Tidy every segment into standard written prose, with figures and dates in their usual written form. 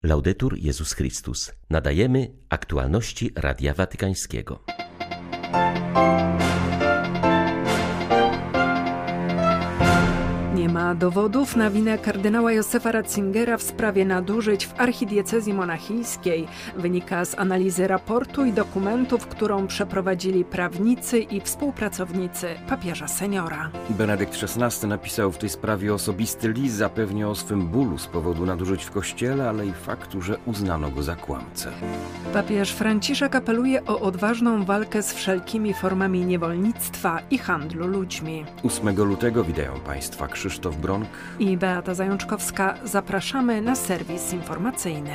Laudetur Jezus Chrystus. Nadajemy aktualności Radia Watykańskiego. Nie ma dowodów na winę kardynała Józefa Ratzingera w sprawie nadużyć w archidiecezji monachijskiej. Wynika z analizy raportu i dokumentów, którą przeprowadzili prawnicy i współpracownicy papieża seniora. Benedykt XVI napisał w tej sprawie osobisty list, zapewnia o swym bólu z powodu nadużyć w kościele, ale i faktu, że uznano go za kłamcę. Papież Franciszek apeluje o odważną walkę z wszelkimi formami niewolnictwa i handlu ludźmi. 8 lutego witają Państwa Krzysztof Bronk I Beata Zajączkowska. Zapraszamy na serwis informacyjny.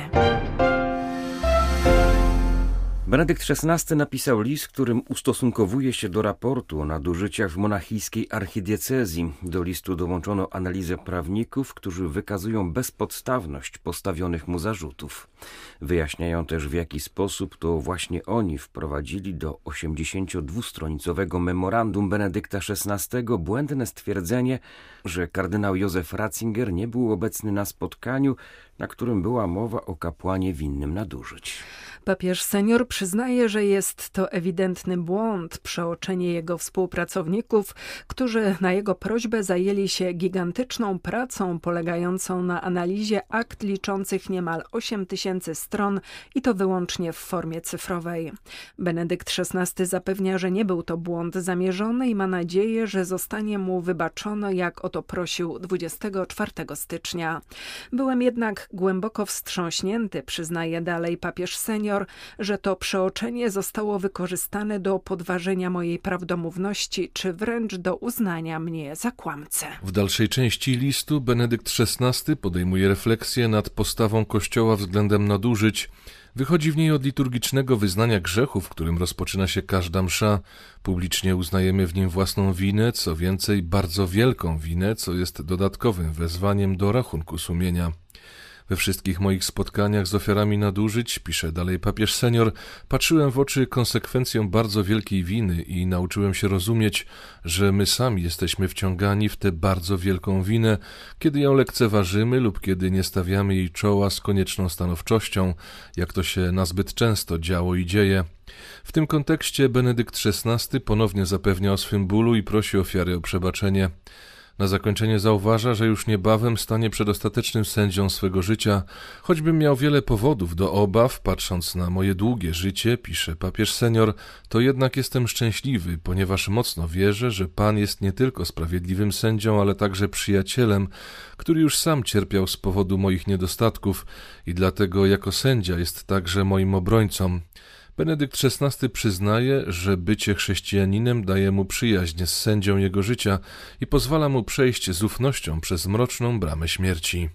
Benedykt XVI napisał list, którym ustosunkowuje się do raportu o nadużyciach w monachijskiej archidiecezji. Do listu dołączono analizę prawników, którzy wykazują bezpodstawność postawionych mu zarzutów. Wyjaśniają też, w jaki sposób to właśnie oni wprowadzili do 82-stronicowego memorandum Benedykta XVI błędne stwierdzenie, że kardynał Józef Ratzinger nie był obecny na spotkaniu, na którym była mowa o kapłanie winnym nadużyć. Papież senior przyznaje, że jest to ewidentny błąd, przeoczenie jego współpracowników, którzy na jego prośbę zajęli się gigantyczną pracą polegającą na analizie akt liczących niemal 8000 stron i to wyłącznie w formie cyfrowej. Benedykt XVI zapewnia, że nie był to błąd zamierzony i ma nadzieję, że zostanie mu wybaczono, jak o to prosił 24 stycznia. Byłem jednak głęboko wstrząśnięty, przyznaje dalej papież senior, że to przeoczenie zostało wykorzystane do podważenia mojej prawdomówności, czy wręcz do uznania mnie za kłamcę. W dalszej części listu Benedykt XVI podejmuje refleksję nad postawą Kościoła względem nadużyć. Wychodzi w niej od liturgicznego wyznania grzechów, którym rozpoczyna się każda msza. Publicznie uznajemy w nim własną winę, co więcej bardzo wielką winę, co jest dodatkowym wezwaniem do rachunku sumienia. We wszystkich moich spotkaniach z ofiarami nadużyć, pisze dalej papież senior, patrzyłem w oczy konsekwencjom bardzo wielkiej winy i nauczyłem się rozumieć, że my sami jesteśmy wciągani w tę bardzo wielką winę, kiedy ją lekceważymy lub kiedy nie stawiamy jej czoła z konieczną stanowczością, jak to się nazbyt często działo i dzieje. W tym kontekście Benedykt XVI ponownie zapewnia o swym bólu i prosi ofiary o przebaczenie. Na zakończenie zauważa, że już niebawem stanie przed ostatecznym sędzią swego życia. Choćbym miał wiele powodów do obaw, patrząc na moje długie życie, pisze papież senior, to jednak jestem szczęśliwy, ponieważ mocno wierzę, że Pan jest nie tylko sprawiedliwym sędzią, ale także przyjacielem, który już sam cierpiał z powodu moich niedostatków i dlatego jako sędzia jest także moim obrońcą. Benedykt XVI przyznaje, że bycie chrześcijaninem daje mu przyjaźń z sędzią jego życia i pozwala mu przejść z ufnością przez mroczną bramę śmierci.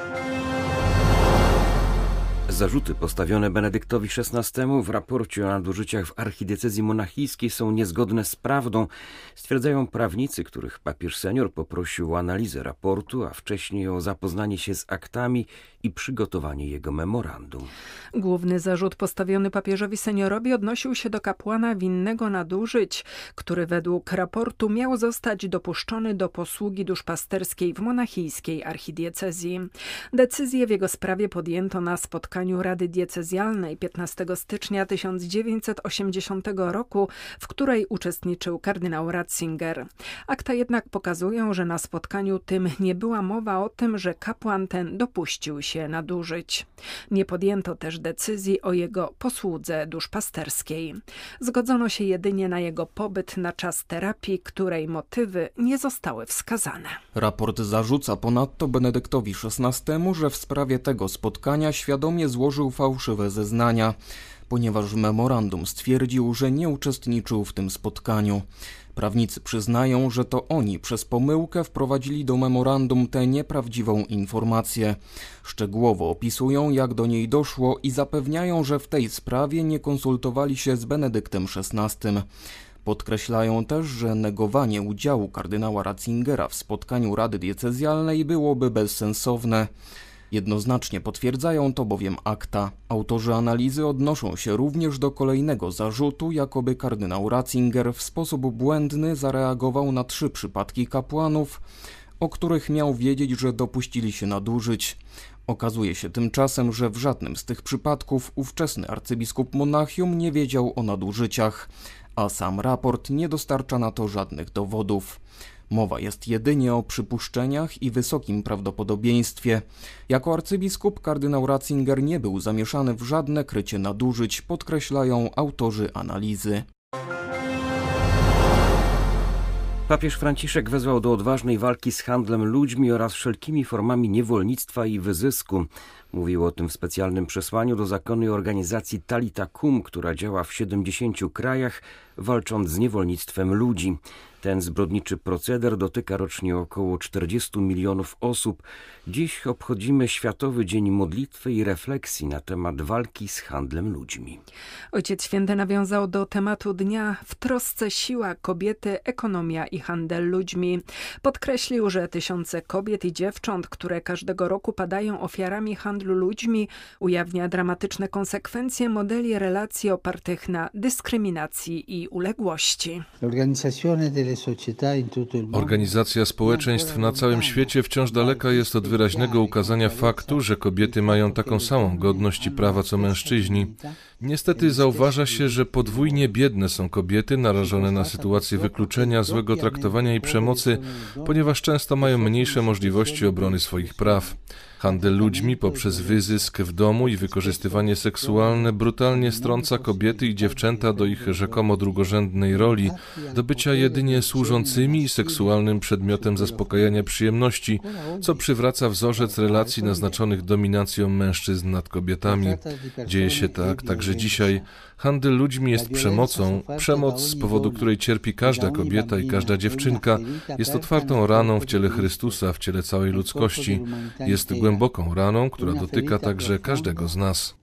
Zarzuty postawione Benedyktowi XVI w raporcie o nadużyciach w archidiecezji monachijskiej są niezgodne z prawdą, stwierdzają prawnicy, których papież senior poprosił o analizę raportu, a wcześniej o zapoznanie się z aktami i przygotowanie jego memorandum. Główny zarzut postawiony papieżowi seniorowi odnosił się do kapłana winnego nadużyć, który według raportu miał zostać dopuszczony do posługi duszpasterskiej w monachijskiej archidiecezji. Decyzję w jego sprawie podjęto na spotkaniu Rady Diecezjalnej 15 stycznia 1980 roku, w której uczestniczył kardynał Ratzinger. Akta jednak pokazują, że na spotkaniu tym nie była mowa o tym, że kapłan ten dopuścił się nadużyć. Nie podjęto też decyzji o jego posłudze duszpasterskiej. Zgodzono się jedynie na jego pobyt na czas terapii, której motywy nie zostały wskazane. Raport zarzuca ponadto Benedyktowi XVI, że w sprawie tego spotkania świadomie złożył fałszywe zeznania, ponieważ w memorandum stwierdził, że nie uczestniczył w tym spotkaniu. Prawnicy przyznają, że to oni przez pomyłkę wprowadzili do memorandum tę nieprawdziwą informację. Szczegółowo opisują, jak do niej doszło i zapewniają, że w tej sprawie nie konsultowali się z Benedyktem XVI. Podkreślają też, że negowanie udziału kardynała Ratzingera w spotkaniu Rady Diecezjalnej byłoby bezsensowne. Jednoznacznie potwierdzają to bowiem akta. Autorzy analizy odnoszą się również do kolejnego zarzutu, jakoby kardynał Ratzinger w sposób błędny zareagował na 3 przypadki kapłanów, o których miał wiedzieć, że dopuścili się nadużyć. Okazuje się tymczasem, że w żadnym z tych przypadków ówczesny arcybiskup Monachium nie wiedział o nadużyciach, a sam raport nie dostarcza na to żadnych dowodów. Mowa jest jedynie o przypuszczeniach i wysokim prawdopodobieństwie. Jako arcybiskup kardynał Ratzinger nie był zamieszany w żadne krycie nadużyć, podkreślają autorzy analizy. Papież Franciszek wezwał do odważnej walki z handlem ludźmi oraz wszelkimi formami niewolnictwa i wyzysku. Mówił o tym w specjalnym przesłaniu do zakonnej organizacji Talita Kum, która działa w 70 krajach, walcząc z niewolnictwem ludzi. Ten zbrodniczy proceder dotyka rocznie około 40 milionów osób. Dziś obchodzimy Światowy Dzień Modlitwy i Refleksji na temat walki z handlem ludźmi. Ojciec Święty nawiązał do tematu dnia w trosce siła kobiety, ekonomia i handel ludźmi. Podkreślił, że tysiące kobiet i dziewcząt, które każdego roku padają ofiarami handlu ludźmi, ujawnia dramatyczne konsekwencje modeli relacji opartych na dyskryminacji i uległości. Organizacja społeczeństw na całym świecie wciąż daleka jest od wyraźnego ukazania faktu, że kobiety mają taką samą godność i prawa co mężczyźni. Niestety zauważa się, że podwójnie biedne są kobiety narażone na sytuacje wykluczenia, złego traktowania i przemocy, ponieważ często mają mniejsze możliwości obrony swoich praw. Handel ludźmi poprzez wyzysk w domu i wykorzystywanie seksualne brutalnie strąca kobiety i dziewczęta do ich rzekomo drugorzędnej roli, do bycia jedynie służącymi i seksualnym przedmiotem zaspokajania przyjemności, co przywraca wzorzec relacji naznaczonych dominacją mężczyzn nad kobietami. Dzieje się tak także dzisiaj. Handel ludźmi jest przemocą. Przemoc, z powodu której cierpi każda kobieta i każda dziewczynka, jest otwartą raną w ciele Chrystusa, w ciele całej ludzkości. Jest głęboką raną, która dotyka także każdego z nas.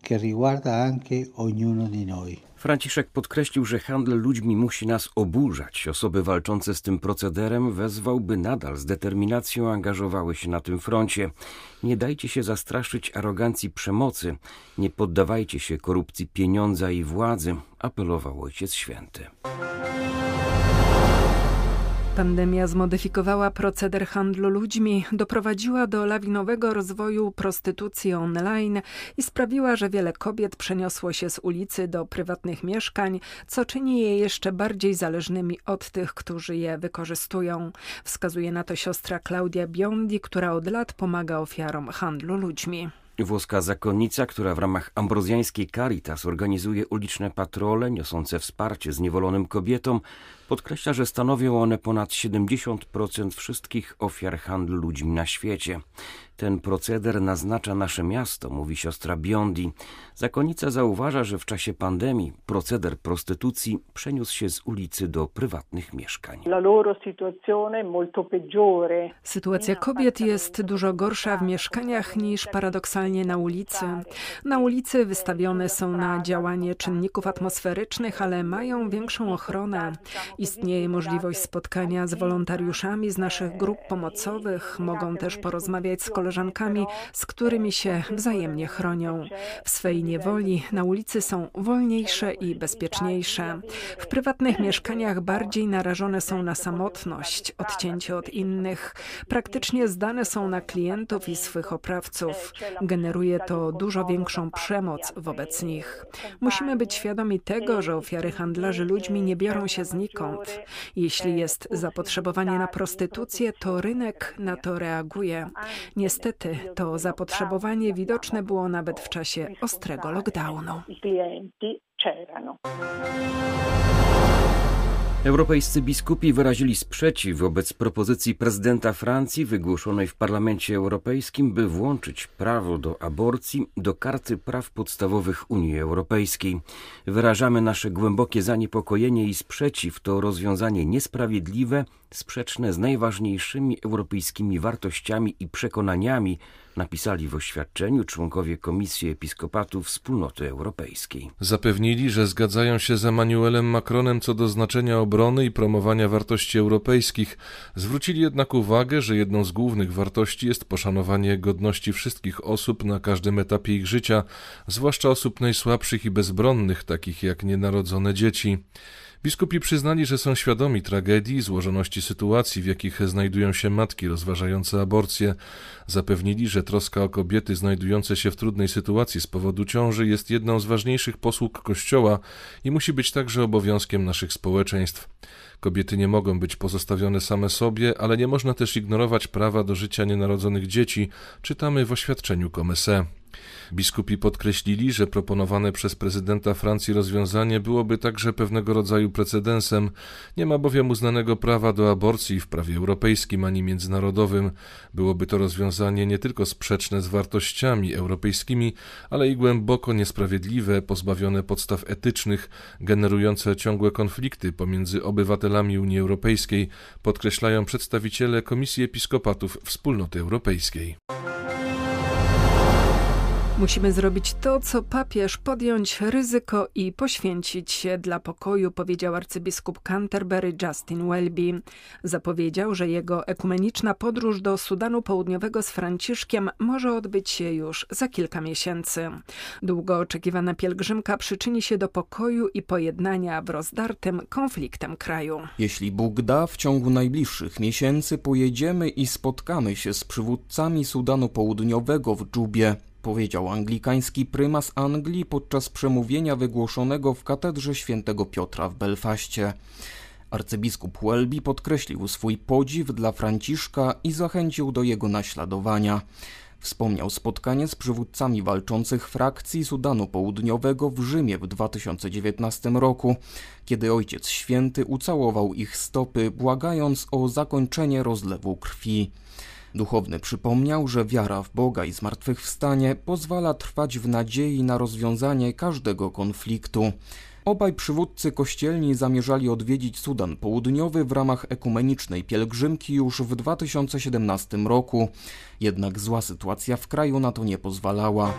Franciszek podkreślił, że handel ludźmi musi nas oburzać. Osoby walczące z tym procederem wezwał, by nadal z determinacją angażowały się na tym froncie. Nie dajcie się zastraszyć arogancji przemocy, nie poddawajcie się korupcji pieniądza i władzy, apelował Ojciec Święty. Pandemia zmodyfikowała proceder handlu ludźmi, doprowadziła do lawinowego rozwoju prostytucji online i sprawiła, że wiele kobiet przeniosło się z ulicy do prywatnych mieszkań, co czyni je jeszcze bardziej zależnymi od tych, którzy je wykorzystują. Wskazuje na to siostra Claudia Biondi, która od lat pomaga ofiarom handlu ludźmi. Włoska zakonnica, która w ramach ambrozjańskiej Caritas organizuje uliczne patrole niosące wsparcie zniewolonym kobietom, podkreśla, że stanowią one ponad 70% wszystkich ofiar handlu ludźmi na świecie. Ten proceder naznacza nasze miasto, mówi siostra Biondi. Zakonnica zauważa, że w czasie pandemii proceder prostytucji przeniósł się z ulicy do prywatnych mieszkań. Sytuacja kobiet jest dużo gorsza w mieszkaniach niż paradoksalnie na ulicy. Na ulicy wystawione są na działanie czynników atmosferycznych, ale mają większą ochronę. Istnieje możliwość spotkania z wolontariuszami z naszych grup pomocowych. Mogą też porozmawiać z koleżankami, z którymi się wzajemnie chronią. W swej niewoli na ulicy są wolniejsze i bezpieczniejsze. W prywatnych mieszkaniach bardziej narażone są na samotność, odcięcie od innych. Praktycznie zdane są na klientów i swych oprawców. Generuje to dużo większą przemoc wobec nich. Musimy być świadomi tego, że ofiary handlarzy ludźmi nie biorą się znikąd. Jeśli jest zapotrzebowanie na prostytucję, to rynek na to reaguje. Niestety, to zapotrzebowanie widoczne było nawet w czasie ostrego lockdownu. Europejscy biskupi wyrazili sprzeciw wobec propozycji prezydenta Francji wygłoszonej w Parlamencie Europejskim, by włączyć prawo do aborcji do Karty Praw Podstawowych Unii Europejskiej. Wyrażamy nasze głębokie zaniepokojenie i sprzeciw. To rozwiązanie niesprawiedliwe, sprzeczne z najważniejszymi europejskimi wartościami i przekonaniami, napisali w oświadczeniu członkowie Komisji Episkopatu Wspólnoty Europejskiej. Zapewnili, że zgadzają się z Emmanuelem Macronem co do znaczenia obrony i promowania wartości europejskich. Zwrócili jednak uwagę, że jedną z głównych wartości jest poszanowanie godności wszystkich osób na każdym etapie ich życia, zwłaszcza osób najsłabszych i bezbronnych, takich jak nienarodzone dzieci. Biskupi przyznali, że są świadomi tragedii i złożoności sytuacji, w jakich znajdują się matki rozważające aborcję. Zapewnili, że troska o kobiety znajdujące się w trudnej sytuacji z powodu ciąży jest jedną z ważniejszych posług Kościoła i musi być także obowiązkiem naszych społeczeństw. Kobiety nie mogą być pozostawione same sobie, ale nie można też ignorować prawa do życia nienarodzonych dzieci, czytamy w oświadczeniu Comesé. Biskupi podkreślili, że proponowane przez prezydenta Francji rozwiązanie byłoby także pewnego rodzaju precedensem. Nie ma bowiem uznanego prawa do aborcji w prawie europejskim ani międzynarodowym. Byłoby to rozwiązanie nie tylko sprzeczne z wartościami europejskimi, ale i głęboko niesprawiedliwe, pozbawione podstaw etycznych, generujące ciągłe konflikty pomiędzy obywatelami Unii Europejskiej, podkreślają przedstawiciele Komisji Episkopatów Wspólnoty Europejskiej. Musimy zrobić to, co papież, podjąć ryzyko i poświęcić się dla pokoju, powiedział arcybiskup Canterbury Justin Welby. Zapowiedział, że jego ekumeniczna podróż do Sudanu Południowego z Franciszkiem może odbyć się już za kilka miesięcy. Długo oczekiwana pielgrzymka przyczyni się do pokoju i pojednania w rozdartym konfliktem kraju. Jeśli Bóg da, w ciągu najbliższych miesięcy pojedziemy i spotkamy się z przywódcami Sudanu Południowego w Dżubie, powiedział anglikański prymas Anglii podczas przemówienia wygłoszonego w katedrze świętego Piotra w Belfaście. Arcybiskup Welby podkreślił swój podziw dla Franciszka i zachęcił do jego naśladowania. Wspomniał spotkanie z przywódcami walczących frakcji Sudanu Południowego w Rzymie w 2019 roku, kiedy Ojciec Święty ucałował ich stopy, błagając o zakończenie rozlewu krwi. Duchowny przypomniał, że wiara w Boga i zmartwychwstanie pozwala trwać w nadziei na rozwiązanie każdego konfliktu. Obaj przywódcy kościelni zamierzali odwiedzić Sudan Południowy w ramach ekumenicznej pielgrzymki już w 2017 roku, jednak zła sytuacja w kraju na to nie pozwalała.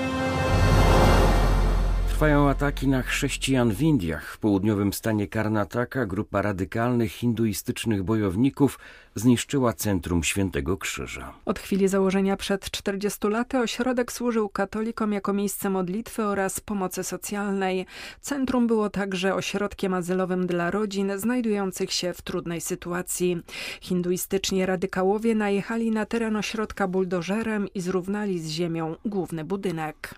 Trwają ataki na chrześcijan w Indiach. W południowym stanie Karnataka grupa radykalnych hinduistycznych bojowników zniszczyła centrum Świętego Krzyża. Od chwili założenia przed 40 laty ośrodek służył katolikom jako miejsce modlitwy oraz pomocy socjalnej. Centrum było także ośrodkiem azylowym dla rodzin znajdujących się w trudnej sytuacji. Hinduistyczni radykałowie najechali na teren ośrodka buldożerem i zrównali z ziemią główny budynek.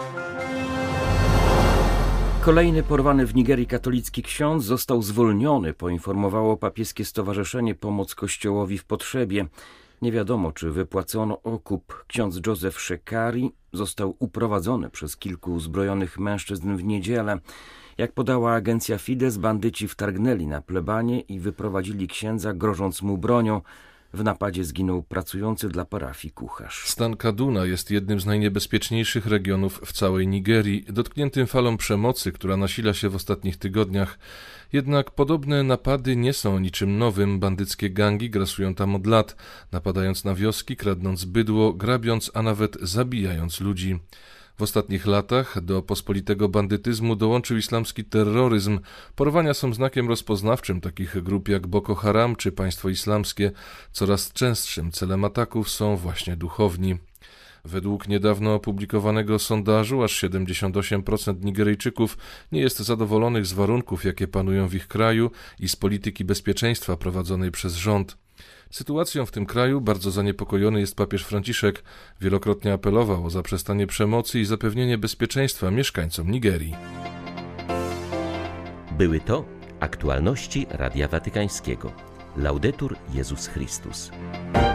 Kolejny porwany w Nigerii katolicki ksiądz został zwolniony, poinformowało papieskie stowarzyszenie Pomoc Kościołowi w Potrzebie. Nie wiadomo, czy wypłacono okup. Ksiądz Joseph Shekari został uprowadzony przez kilku uzbrojonych mężczyzn w niedzielę. Jak podała agencja Fides, bandyci wtargnęli na plebanię i wyprowadzili księdza, grożąc mu bronią. W napadzie zginął pracujący dla parafii kucharz. Stan Kaduna jest jednym z najniebezpieczniejszych regionów w całej Nigerii, dotkniętym falą przemocy, która nasila się w ostatnich tygodniach. Jednak podobne napady nie są niczym nowym. Bandyckie gangi grasują tam od lat, napadając na wioski, kradnąc bydło, grabiąc, a nawet zabijając ludzi. W ostatnich latach do pospolitego bandytyzmu dołączył islamski terroryzm. Porwania są znakiem rozpoznawczym takich grup jak Boko Haram czy Państwo Islamskie. Coraz częstszym celem ataków są właśnie duchowni. Według niedawno opublikowanego sondażu aż 78% Nigeryjczyków nie jest zadowolonych z warunków, jakie panują w ich kraju i z polityki bezpieczeństwa prowadzonej przez rząd. Sytuacją w tym kraju bardzo zaniepokojony jest papież Franciszek. Wielokrotnie apelował o zaprzestanie przemocy i zapewnienie bezpieczeństwa mieszkańcom Nigerii. Były to aktualności Radia Watykańskiego. Laudetur Jezus Chrystus.